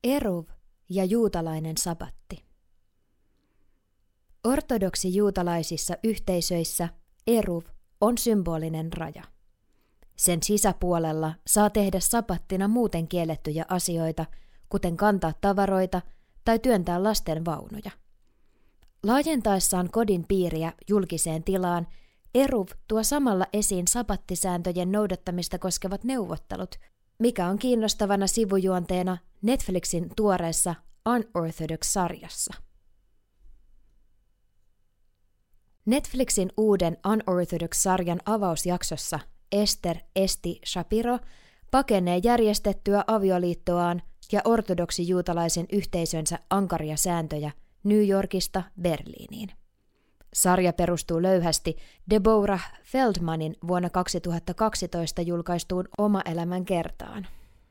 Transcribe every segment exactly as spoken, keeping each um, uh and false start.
Eruv ja juutalainen sabatti. Ortodoksi juutalaisissa yhteisöissä eruv on symbolinen raja. Sen sisäpuolella saa tehdä sabattina muuten kiellettyjä asioita, kuten kantaa tavaroita tai työntää lasten vaunuja. Laajentaessaan kodin piiriä julkiseen tilaan, eruv tuo samalla esiin sabattisääntöjen noudattamista koskevat neuvottelut, mikä on kiinnostavana sivujuonteena Netflixin tuoreessa Unorthodox-sarjassa. Netflixin uuden Unorthodox-sarjan avausjaksossa Esther Esti Shapiro pakenee järjestettyä avioliittoaan ja ortodoksi-juutalaisen yhteisönsä ankaria sääntöjä New Yorkista Berliiniin. Sarja perustuu löyhästi Deborah Feldmanin vuonna kaksituhattakaksitoista julkaistuun Oma elämän kertaan.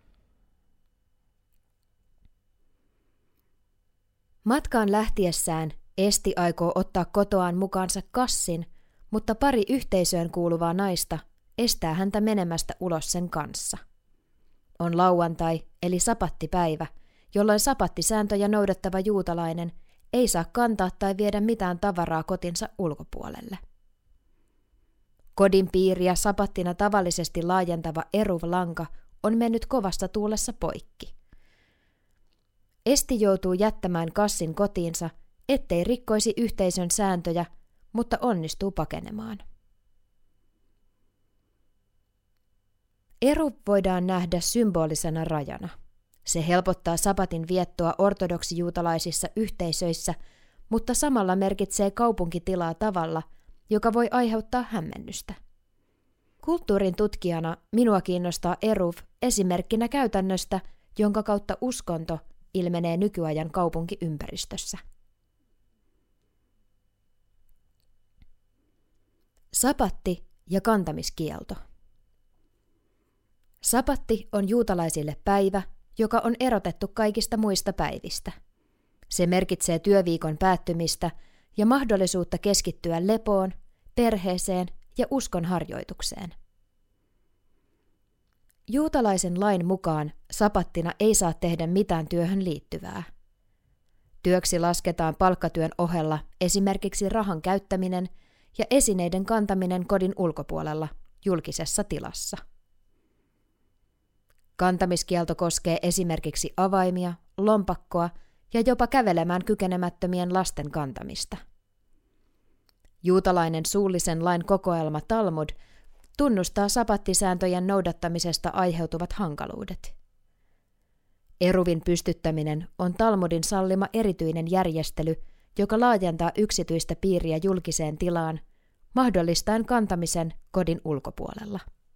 Matkaan lähtiessään Esti aikoo ottaa kotoaan mukaansa kassin, mutta pari yhteisöön kuuluvaa naista estää häntä menemästä ulos sen kanssa. On lauantai eli sapattipäivä, jolloin sapattisääntöjä noudattava juutalainen ei saa kantaa tai viedä mitään tavaraa kotinsa ulkopuolelle. Kodin piiriä sapattina tavallisesti laajentava eruv-lanka on mennyt kovassa tuulessa poikki. Esti joutuu jättämään kassin kotiinsa, ettei rikkoisi yhteisön sääntöjä, mutta onnistuu pakenemaan. Eruv voidaan nähdä symbolisena rajana. Se helpottaa sabatin viettoa ortodoksijuutalaisissa yhteisöissä, mutta samalla merkitsee kaupunkitilaa tavalla, joka voi aiheuttaa hämmennystä. Kulttuurin tutkijana minua kiinnostaa eruv esimerkkinä käytännöstä, jonka kautta uskonto ilmenee nykyajan kaupunkiympäristössä. Sabatti ja kantamiskielto. Sabatti on juutalaisille päivä, joka on erotettu kaikista muista päivistä. Se merkitsee työviikon päättymistä ja mahdollisuutta keskittyä lepoon, perheeseen ja uskon harjoitukseen. Juutalaisen lain mukaan sabattina ei saa tehdä mitään työhön liittyvää. Työksi lasketaan palkkatyön ohella esimerkiksi rahan käyttäminen ja esineiden kantaminen kodin ulkopuolella julkisessa tilassa. Kantamiskielto koskee esimerkiksi avaimia, lompakkoa ja jopa kävelemään kykenemättömien lasten kantamista. Juutalainen suullisen lain kokoelma Talmud tunnustaa sabattisääntöjen noudattamisesta aiheutuvat hankaluudet. Eruvin pystyttäminen on Talmudin sallima erityinen järjestely, joka laajentaa yksityistä piiriä julkiseen tilaan, mahdollistaen kantamisen kodin ulkopuolella.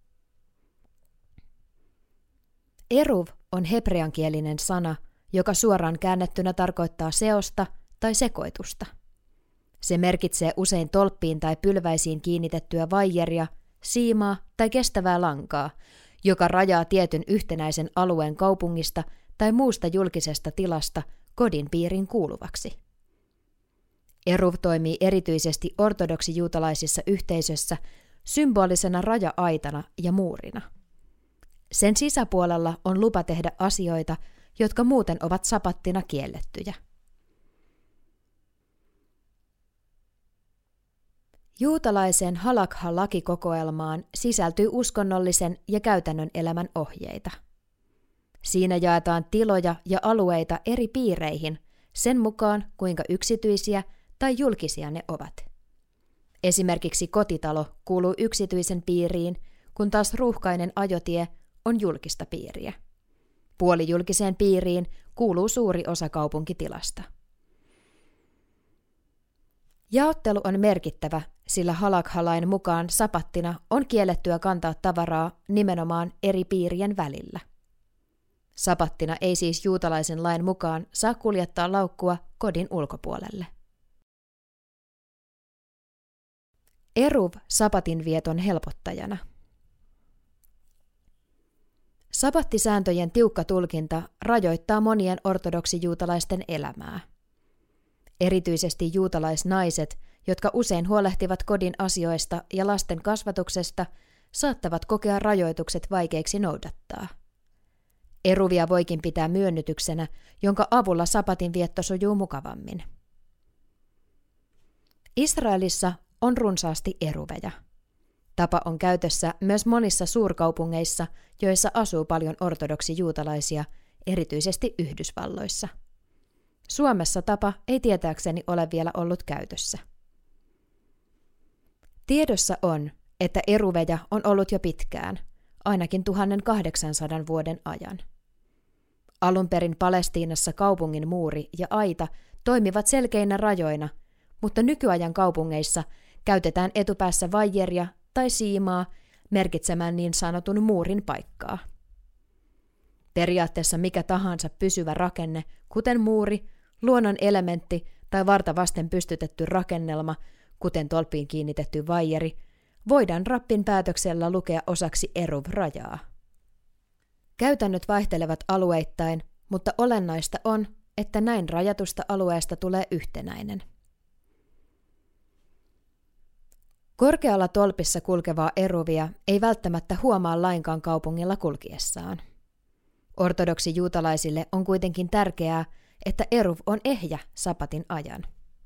Eruv on hebreankielinen sana, joka suoraan käännettynä tarkoittaa seosta tai sekoitusta. Se merkitsee usein tolppiin tai pylväisiin kiinnitettyä vaijeria, siimaa tai kestävää lankaa, joka rajaa tietyn yhtenäisen alueen kaupungista tai muusta julkisesta tilasta kodin piiriin kuuluvaksi. Eruv toimii erityisesti ortodoksijuutalaisissa yhteisöissä symbolisena raja-aitana ja muurina. Sen sisäpuolella on lupa tehdä asioita, jotka muuten ovat sabattina kiellettyjä. Juutalaiseen halakha-lakikokoelmaan sisältyy uskonnollisen ja käytännön elämän ohjeita. Siinä jaetaan tiloja ja alueita eri piireihin sen mukaan, kuinka yksityisiä tai julkisia ne ovat. Esimerkiksi kotitalo kuuluu yksityisen piiriin, kun taas ruuhkainen ajotie on julkista piiriä. Puolijulkiseen piiriin kuuluu suuri osa kaupunkitilasta. Jaottelu on merkittävä, sillä halakha-lain mukaan sabattina on kiellettyä kantaa tavaraa nimenomaan eri piirien välillä. Sabattina ei siis juutalaisen lain mukaan saa kuljettaa laukkua kodin ulkopuolelle. Eruv sabatin vieton helpottajana. Sabattisääntöjen tiukka tulkinta rajoittaa monien ortodoksijuutalaisten elämää. Erityisesti juutalaisnaiset, jotka usein huolehtivat kodin asioista ja lasten kasvatuksesta, saattavat kokea rajoitukset vaikeiksi noudattaa. Eruvia voikin pitää myönnytyksenä, jonka avulla sapatin vietto sujuu mukavammin. Israelissa on runsaasti eruveja. Tapa on käytössä myös monissa suurkaupungeissa, joissa asuu paljon ortodoksijuutalaisia, erityisesti Yhdysvalloissa. Suomessa tapa ei tietääkseni ole vielä ollut käytössä. Tiedossa on, että eruveja on ollut jo pitkään, ainakin tuhatkahdeksansadan vuoden ajan. Alun perin Palestiinassa kaupungin muuri ja aita toimivat selkeinä rajoina, mutta nykyajan kaupungeissa käytetään etupäässä vaijeria tai siimaa merkitsemään niin sanotun muurin paikkaa. Periaatteessa mikä tahansa pysyvä rakenne, kuten muuri, luonnon elementti tai varta vasten pystytetty rakennelma, kuten tolppiin kiinnitetty vaijeri, voidaan rappin päätöksellä lukea osaksi eruv-rajaa. Käytännöt vaihtelevat alueittain, mutta olennaista on, että näin rajatusta alueesta tulee yhtenäinen. Korkealla tolpissa kulkevaa eruvia ei välttämättä huomaa lainkaan kaupungilla kulkiessaan. Ortodoksijuutalaisille on kuitenkin tärkeää, että eruv on ehjä sapatin ajan.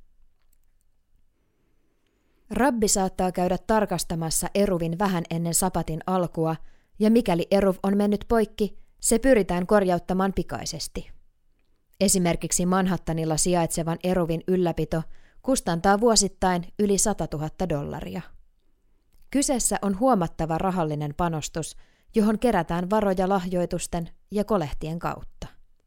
Rabbi saattaa käydä tarkastamassa eruvin vähän ennen sapatin alkua, ja mikäli eruv on mennyt poikki, se pyritään korjauttamaan pikaisesti. Esimerkiksi Manhattanilla sijaitsevan eruvin ylläpito kustantaa vuosittain yli satatuhatta dollaria. Kyseessä on huomattava rahallinen panostus, johon kerätään varoja lahjoitusten ja kolehtien kautta.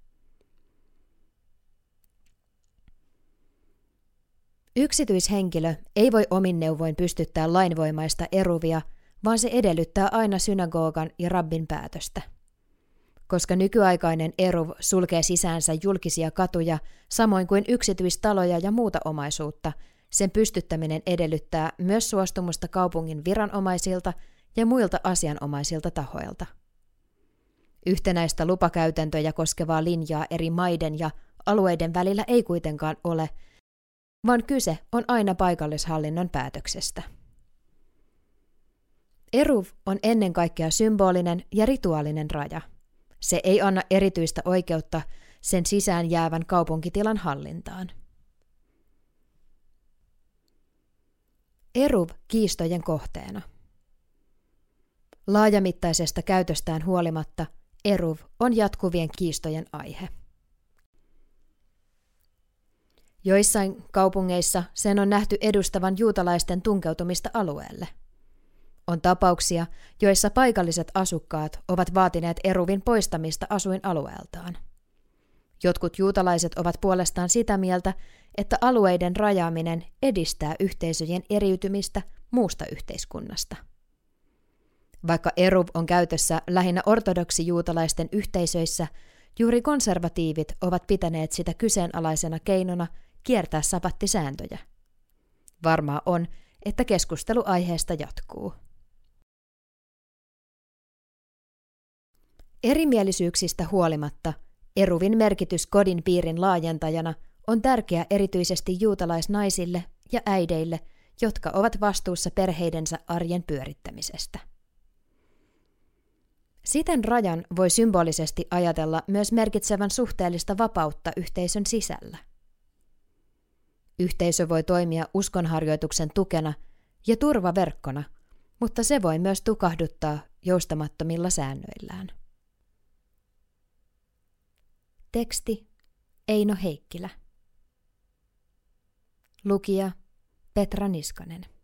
Yksityishenkilö ei voi omin neuvoin pystyttää lainvoimaista eruvia, vaan se edellyttää aina synagogan ja rabbin päätöstä. Koska nykyaikainen eruv sulkee sisäänsä julkisia katuja, samoin kuin yksityistaloja ja muuta omaisuutta, sen pystyttäminen edellyttää myös suostumusta kaupungin viranomaisilta ja muilta asianomaisilta tahoilta. Yhtenäistä lupakäytäntöjä koskevaa linjaa eri maiden ja alueiden välillä ei kuitenkaan ole, vaan kyse on aina paikallishallinnon päätöksestä. Eruv on ennen kaikkea symbolinen ja rituaalinen raja. Se ei anna erityistä oikeutta sen sisään jäävän kaupunkitilan hallintaan. Eruv kiistojen kohteena. Laajamittaisesta käytöstään huolimatta eruv on jatkuvien kiistojen aihe. Joissain kaupungeissa sen on nähty edustavan juutalaisten tunkeutumista alueelle. On tapauksia, joissa paikalliset asukkaat ovat vaatineet eruvin poistamista asuinalueeltaan. Jotkut juutalaiset ovat puolestaan sitä mieltä, että alueiden rajaaminen edistää yhteisöjen eriytymistä muusta yhteiskunnasta. Vaikka eruv on käytössä lähinnä ortodoksijuutalaisten yhteisöissä, juuri konservatiivit ovat pitäneet sitä kyseenalaisena keinona kiertää sapattisääntöjä. Varmaa on, että keskustelu aiheesta jatkuu. Erimielisyyksistä huolimatta eruvin merkitys kodin piirin laajentajana on tärkeä erityisesti juutalaisnaisille ja äideille, jotka ovat vastuussa perheidensä arjen pyörittämisestä. Siten rajan voi symbolisesti ajatella myös merkitsevän suhteellista vapautta yhteisön sisällä. Yhteisö voi toimia uskonharjoituksen tukena ja turvaverkkona, mutta se voi myös tukahduttaa joustamattomilla säännöillään. Teksti Eino Heikkilä. Lukija Petra Niskanen.